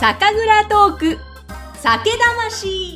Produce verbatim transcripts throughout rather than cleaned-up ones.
酒蔵トーク酒魂。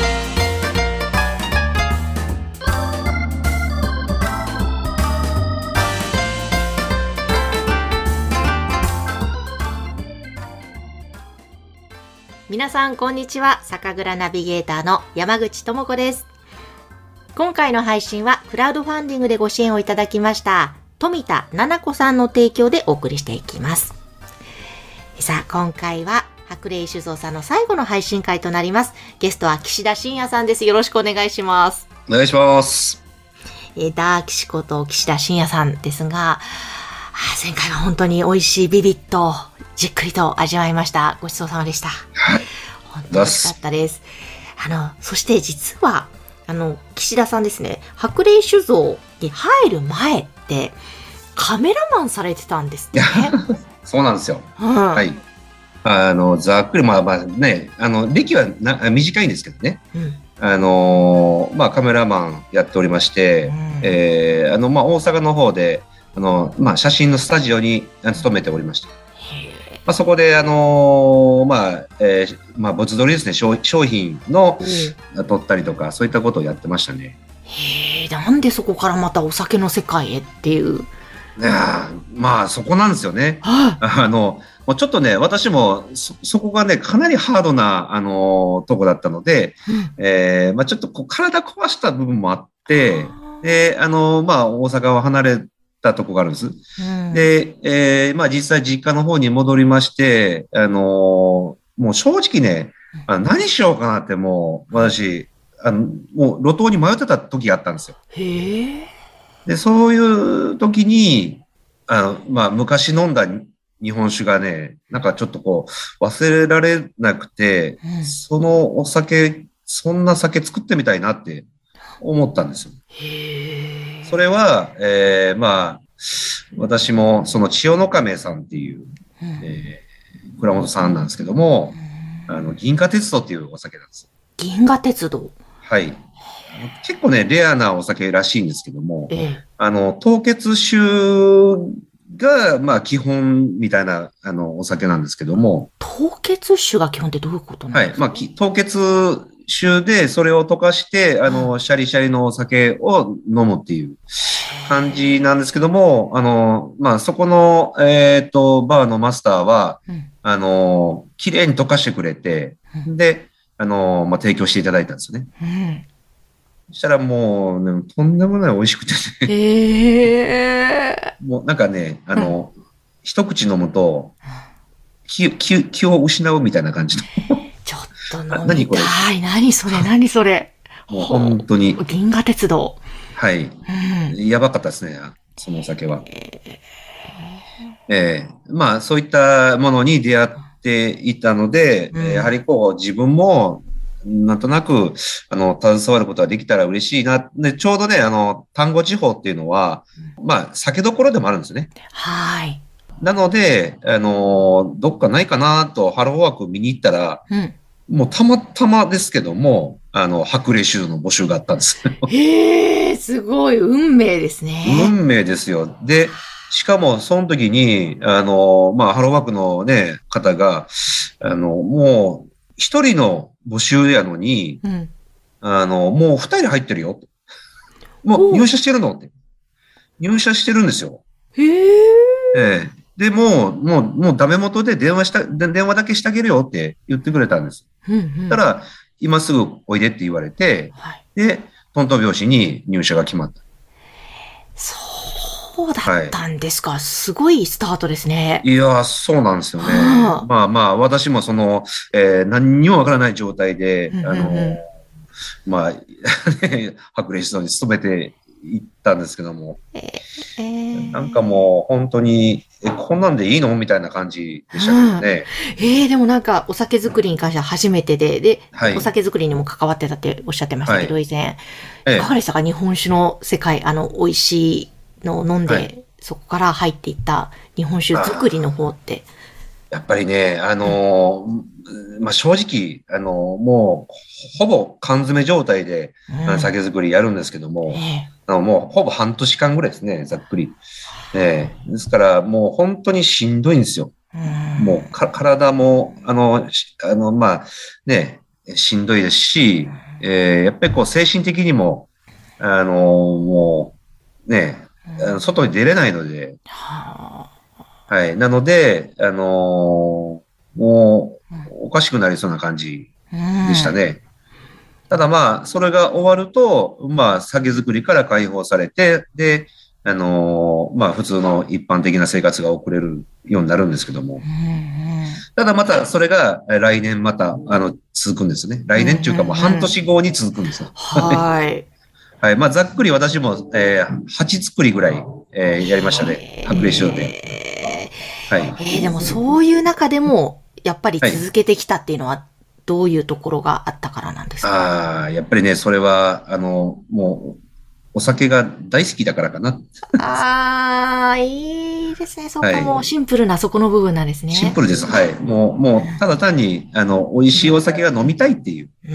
皆さんこんにちは。酒蔵ナビゲーターの山口智子です。今回の配信はクラウドファンディングでご支援をいただきました富田奈々子さんの提供でお送りしていきます。さあ今回は白麗酒造さんの最後の配信会となります。ゲストは岸田信也さんです。よろしくお願いします。 お願いします。 えー、ダー岸こと岸田信也さんですが、前回は本当に美味しいビビッとじっくりと味わいました。ごちそうさまでした。 はい。 本当に美味しかったです。あの、そして実は、あの、岸田さんですね、白麗酒造に入る前って、カメラマンされてたんですね。 そうなんですよ。 うん、 はい。あの、ざっくり、まあまあね、あの、歴はな短いんですけどね。うん、あの、まあカメラマンやっておりまして、うん、えー、あの、まあ大阪の方で、あの、まあ写真のスタジオに勤めておりました。まあ、そこで、あのー、まあ、えー、まあ、物撮りですね、商, 商品の、うん、撮ったりとか、そういったことをやってましたね。 へえ、なんでそこからまたお酒の世界へっていう。 いやまあ、そこなんですよね。はあ、あの、もうちょっとね、私もそ、そこがね、かなりハードな、あのー、とこだったので、うん、えー、まあ、ちょっとこう体壊した部分もあって、で、あのー、まあ、大阪を離れたとこがあるんです。うん、で、えー、まあ実際実家の方に戻りまして、あのー、もう正直ね、あ何しようかなってもう、私、あの、もう路頭に迷ってた時があったんですよ。 へー。 で、そういう時に、あの、まあ昔飲んだ日本酒がね、なんかちょっとこう、忘れられなくて、うん、そのお酒、そんな酒作ってみたいなって思ったんですよ。 へー。 それは、えー、まあ、私もその千代の亀さんっていう、うん、えー、蔵元さんなんですけども、うん、あの銀河鉄道っていうお酒なんです。 銀河鉄道。 はい。結構ねレアなお酒らしいんですけども、ええ、あの凍結酒がまあ基本みたいなあのお酒なんですけども。 凍結酒が基本ってどういうことなんですか？ はい。まあ凍結酒でそれを溶かして、あの、シャリシャリのお酒を飲むっていう感じなんですけども、あの、まあ、そこの、えっと、バーのマスターは、うん、あの、綺麗に溶かしてくれて、うん、で、あの、まあ、提供していただいたんですよね。うん、そしたらもう、ね、とんでもない美味しくてね。へー。もうなんかね、あの、うん、一口飲むと、気、気、気を失うみたいな感じの。 ちょっと飲みたい。何それ何それ。 もう本当に。 銀河鉄道。 はい、うん。やばかったですね、そのお酒は。えー、えー、まあそういったものに出会っていたので、うん、やはりこう自分もなんとなくあの携わることができたら嬉しいな。で、ちょうどね、あの丹後地方っていうのは、うん、まあ酒どころでもあるんですね。 はい。 なので、あのどっかないかなとハローワーク見に行ったら、うん、もうたまたまですけども、あの、白麗酒造の募集があったんです。 へー、すごい、運命ですね。 運命ですよ。で、しかもその時に、あの、まあ、ハローワークのね、方が、あの、もう、一人の募集やのに、うん、あの、もう二人入ってるよ。もう入社してるのって。入社してるんですよ。 へー。 ええ。で、もう、もう、もうダメ元で電話した、電話だけしてあげるよって言ってくれたんです。うんうん、たら、今すぐおいでって言われて、はい、で、トントン拍子に入社が決まった。 そうだったんですか。はい、すごいスタートですね。 いや、そうなんですよね。はあ、まあまあ、私もその、えー、何にもわからない状態で、うんうんうん、あの、まあ、白麗酒造に勤めて行ったんですけども、えー、なんかもう本当に、え、こんなんでいいのみたいな感じでしたけどね。 うん、えー、でもなんかお酒作りに関しては初めてで、で、はい、お酒作りにも関わってたっておっしゃってましたけど、はい、以前。いかがでしたか、えー、日本酒の世界、あの、美味しいのを飲んで、はい、そこから入っていった日本酒作りの方って。 やっぱりね、あのー、うん、まあ、正直、あのー、もう、ほぼ缶詰状態で、うん、酒造りやるんですけども、えー、あのもうほぼ半年間ぐらいですね、ざっくり。えー、ですから、もう本当にしんどいんですよ。 もうか体も、あの、あの、まあ、ね、しんどいですし、えー、やっぱりこう精神的にも、あの、もう、ね、あの外に出れないので、はい。なので、あのー、もう、おかしくなりそうな感じでしたね。ただまあ、それが終わると、まあ、酒造りから解放されて、で、あのー、まあ、普通の一般的な生活が送れるようになるんですけども。ただまた、それが来年また、あの、続くんですね。来年っていうかもう半年後に続くんですよ。 はい。 はい。まあ、ざっくり私も、えー、はち作りぐらい、えー、やりましたね。白麗酒で。はい。 えー、でもそういう中でも、やっぱり続けてきたっていうのは、どういうところがあったからなんですか？ ああ、やっぱりね、それは、あの、もう、お酒が大好きだからかな。 ああ、いいですね。そうか、はい、もうシンプルなそこの部分なんですね。 シンプルです。はい。もう、もう、ただ単に、あの、美味しいお酒が飲みたいっていう。うん。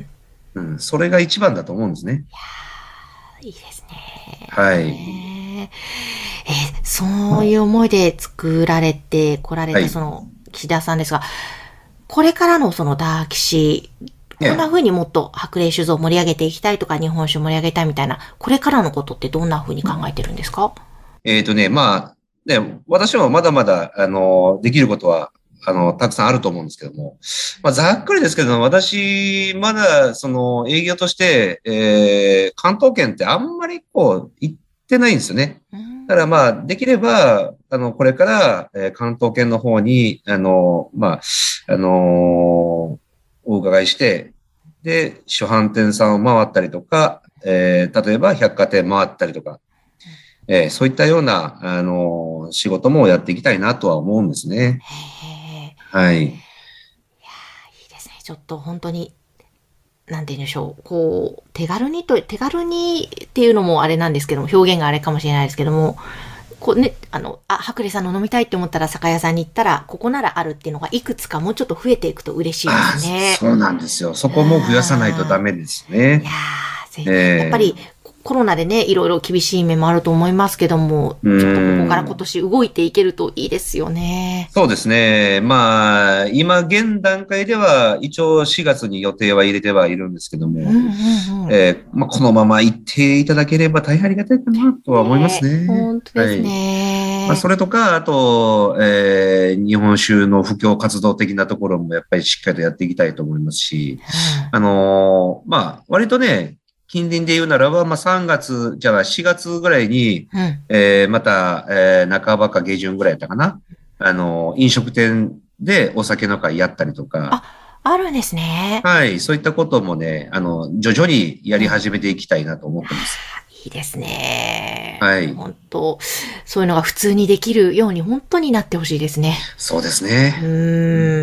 うん。それが一番だと思うんですね。 いやいいですね。 はい。 えー、そういう思いで作られて来られたその岸田さんですが、はい、これからのそのダーキシー、こんな風にもっと白麗酒造を盛り上げていきたいとか、日本酒を盛り上げたいみたいな、これからのことってどんな風に考えてるんですか？ えっとね、まあ、ね、私はまだまだ、あの、できることは、あの、たくさんあると思うんですけども、まあ、ざっくりですけど、私、まだ、その、営業として、えー、関東圏ってあんまりこう、行ってないんですよね。だからまあ、できれば、あの、これから、えー、関東圏の方に、あの、まあ、あのー、お伺いして、で、主販店さんを回ったりとか、えー、例えば百貨店回ったりとか、えー、そういったような、あのー、仕事もやっていきたいなとは思うんですね。はい。いや、いいですね。ちょっと本当に、なんて言うんでしょう。こう、手軽にと、手軽にっていうのもあれなんですけども、表現があれかもしれないですけども、こうね、あの、あ、白麗さんの飲みたいって思ったら酒屋さんに行ったら、ここならあるっていうのがいくつかもうちょっと増えていくと嬉しいですね。 そうなんですよ。そこも増やさないとダメですね。 いやー、えー、やっぱりコロナでね、いろいろ厳しい面もあると思いますけども、ちょっとここから今年動いていけるといいですよね。 そうですね。まあ、今現段階では一応しがつに予定は入れてはいるんですけども、うんうんうんえーまあ、このまま行っていただければ大変ありがたいかなとは思いますね。ね本当ですね。 はいまあ、それとか、あと、えー、日本酒の布教活動的なところもやっぱりしっかりとやっていきたいと思いますし、うん、あのー、まあ、割とね、近隣で言うならば、まあ、さんがつ、じゃあしがつぐらいに、うん、えー、また、えー、半ばか下旬ぐらいやったかな。あの、飲食店でお酒の会やったりとか。 あ、あるんですね。 はい、そういったこともね、あの、徐々にやり始めていきたいなと思ってます。 うん、いいですね。 はい。 本当、そういうのが普通にできるように本当になってほしいですね。 そうですね。 うん。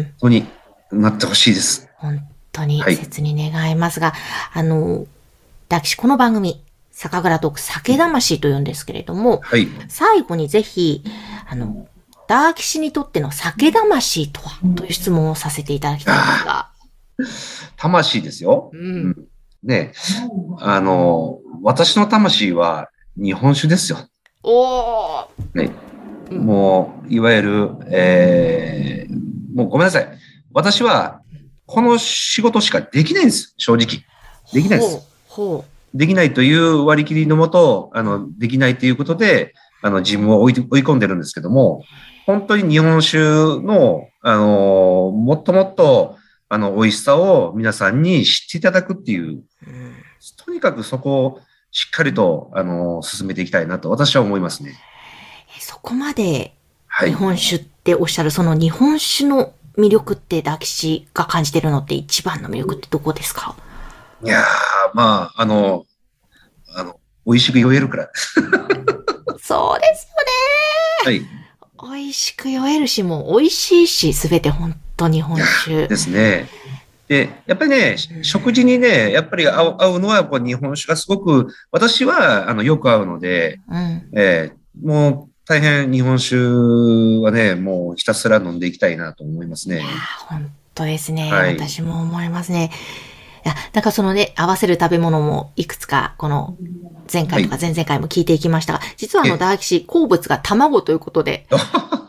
本当になってほしいです。 本当に切に願いますが、はい、あの、私、この番組、酒蔵トーク酒魂と言うんですけれども、はい、最後にぜひ、あの、ダーキシにとっての酒魂とはという質問をさせていただきたいんですが。 魂ですよ。うん、ねあの、私の魂は日本酒ですよ。 おー。 ね、もう、いわゆる、えー、もうごめんなさい。私は、この仕事しかできないんです。正直。できないです。 ほうできないという割り切りのもと、あの、できないということで、あの、自分を追い追い込んでるんですけども、本当に日本酒の、あの、もっともっと、あの、美味しさを皆さんに知っていただくっていう、うん、とにかくそこをしっかりと、あの、進めていきたいなと私は思いますね。 そこまで、日本酒っておっしゃる、はい、その日本酒の魅力ってダーキシが感じてるのって一番の魅力ってどこですか？ いやー、まあ、あの、あの、美味しく酔えるから。 そうですよね。 はい。美味しく酔えるし、もう美味しいし、すべて本当日本酒。 ですね。で、やっぱりね、うん、食事にね、やっぱり合う合うのはこう日本酒がすごく、私はあのよく合うので、うんえー、もう大変日本酒はね、もうひたすら飲んでいきたいなと思いますね。いや本当ですね、はい。私も思いますね。いや、なんかそのね、合わせる食べ物もいくつか、この前回とか前々回も聞いていきましたが、はい、実はあのダーキシ好物が卵ということで、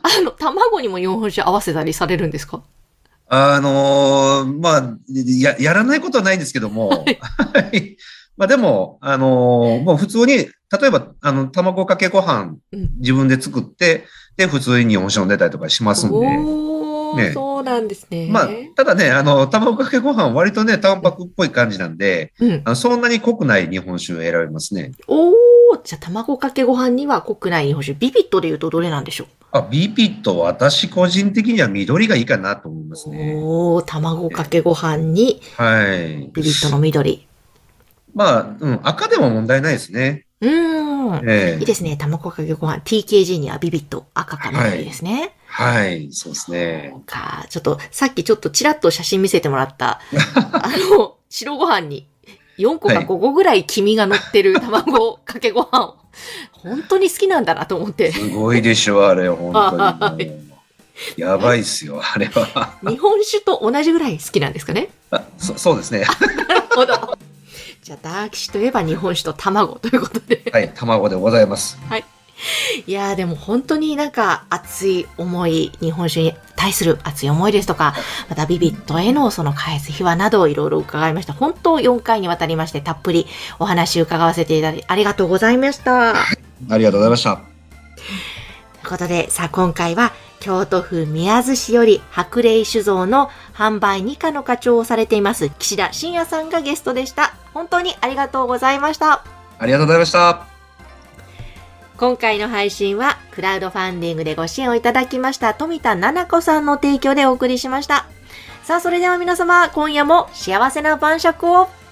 あの、卵にも日本酒合わせたりされるんですか？ あのーまあ、や、やらないことはないんですけども、はい。まあでも、あのーもう普通に、例えば、あの、卵かけご飯、自分で作って、で、普通に日本酒飲んでたりとかしますんで。 おー、ね、そうなんですね。 まあ、ただね、あの、卵かけご飯割とね、淡白っぽい感じなんで、うん、あのそんなに濃くない日本酒を選べますね。 おー、じゃあ卵かけご飯には濃くない日本酒。ビビットで言うとどれなんでしょう？ あ、ビビット、私個人的には緑がいいかなと思いますね。 おー、卵かけご飯に、はい。ビビットの緑。 まあ、うん、赤でも問題ないですね。 うーん、えー。いいですね。卵かけご飯。ティーケージー にはビビット、赤か緑ですね。 はい、はい、そうですね。 か、ちょっと、さっきちょっとちらっと写真見せてもらった、あの、白ご飯によんこかごこぐらい黄身が乗ってる卵かけご飯を、本当に好きなんだなと思って。 すごいでしょ、あれ、本当に。やばいっすよ、あれは。 日本酒と同じぐらい好きなんですかね？ あ、そ、そうですね。 なるほど。じゃあ、ダーキシといえば日本酒と卵ということで。 はい、卵でございます。 はい。いやーでも本当になんか熱い思い、日本酒に対する熱い思いですとか、またビビットへのその開発秘話などいろいろ伺いました。本当よんかいにわたりましてたっぷりお話を伺わせていただきありがとうございました。 ありがとうございました。 ということで、さあ今回は京都府宮津市より白麗酒造の販売に課の課長をされています岸田信也さんがゲストでした。本当にありがとうございました。 ありがとうございました。 今回の配信はクラウドファンディングでご支援をいただきました富田奈々子さんの提供でお送りしました。さあそれでは皆様、今夜も幸せな晩酌を。